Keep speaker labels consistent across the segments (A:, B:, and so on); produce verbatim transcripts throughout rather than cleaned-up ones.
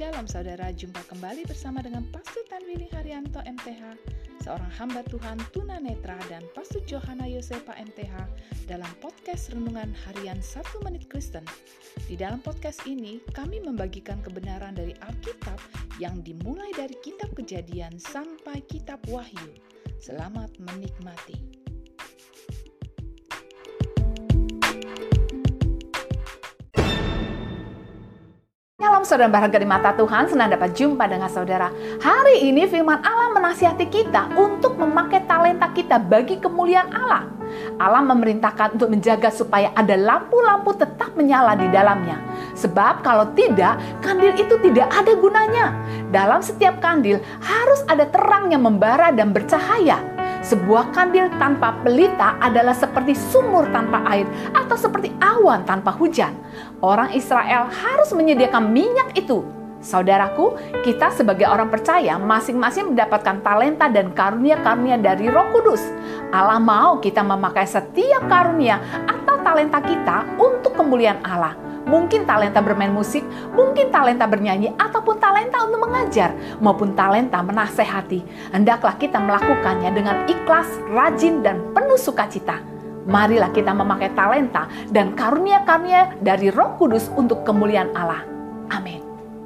A: Shalom saudara, jumpa kembali bersama dengan Pastor Tanwili Haryanto M T H, seorang hamba Tuhan tunanetra, dan Pastor Johana Yosepa M T H dalam podcast Renungan Harian satu Menit Kristen. Di dalam podcast ini, kami membagikan kebenaran dari Alkitab yang dimulai dari Kitab Kejadian sampai Kitab Wahyu. Selamat menikmati. Shalom saudara berharga di mata Tuhan, senang dapat jumpa dengan saudara. Hari ini firman Allah menasihati kita untuk memakai talenta kita bagi kemuliaan Allah. Allah memerintahkan untuk menjaga supaya ada lampu-lampu tetap menyala di dalamnya. Sebab kalau tidak, kandil itu tidak ada gunanya. Dalam setiap kandil harus ada terang yang membara dan bercahaya. Sebuah kandil tanpa pelita adalah seperti sumur tanpa air atau seperti awan tanpa hujan. Orang Israel harus menyediakan minyak itu. Saudaraku, kita sebagai orang percaya masing-masing mendapatkan talenta dan karunia-karunia dari Roh Kudus. Allah mau kita memakai setiap karunia atau talenta kita untuk kemuliaan Allah. Mungkin talenta bermain musik, mungkin talenta bernyanyi, ataupun talenta untuk mengajar, maupun talenta menasehati. Hendaklah kita melakukannya dengan ikhlas, rajin, dan penuh sukacita. Marilah kita memakai talenta dan karunia-karunia dari Roh Kudus untuk kemuliaan Allah. Amin.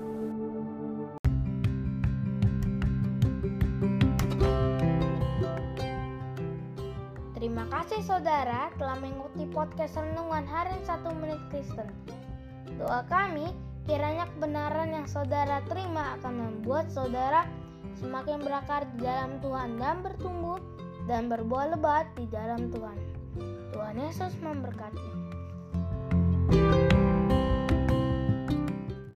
B: Terima kasih saudara telah mengikuti podcast Renungan Harian satu Menit Kristen. Doa kami, kiranya kebenaran yang saudara terima akan membuat saudara semakin berakar di dalam Tuhan dan bertumbuh dan berbuah lebat di dalam Tuhan. Tuhan Yesus memberkati.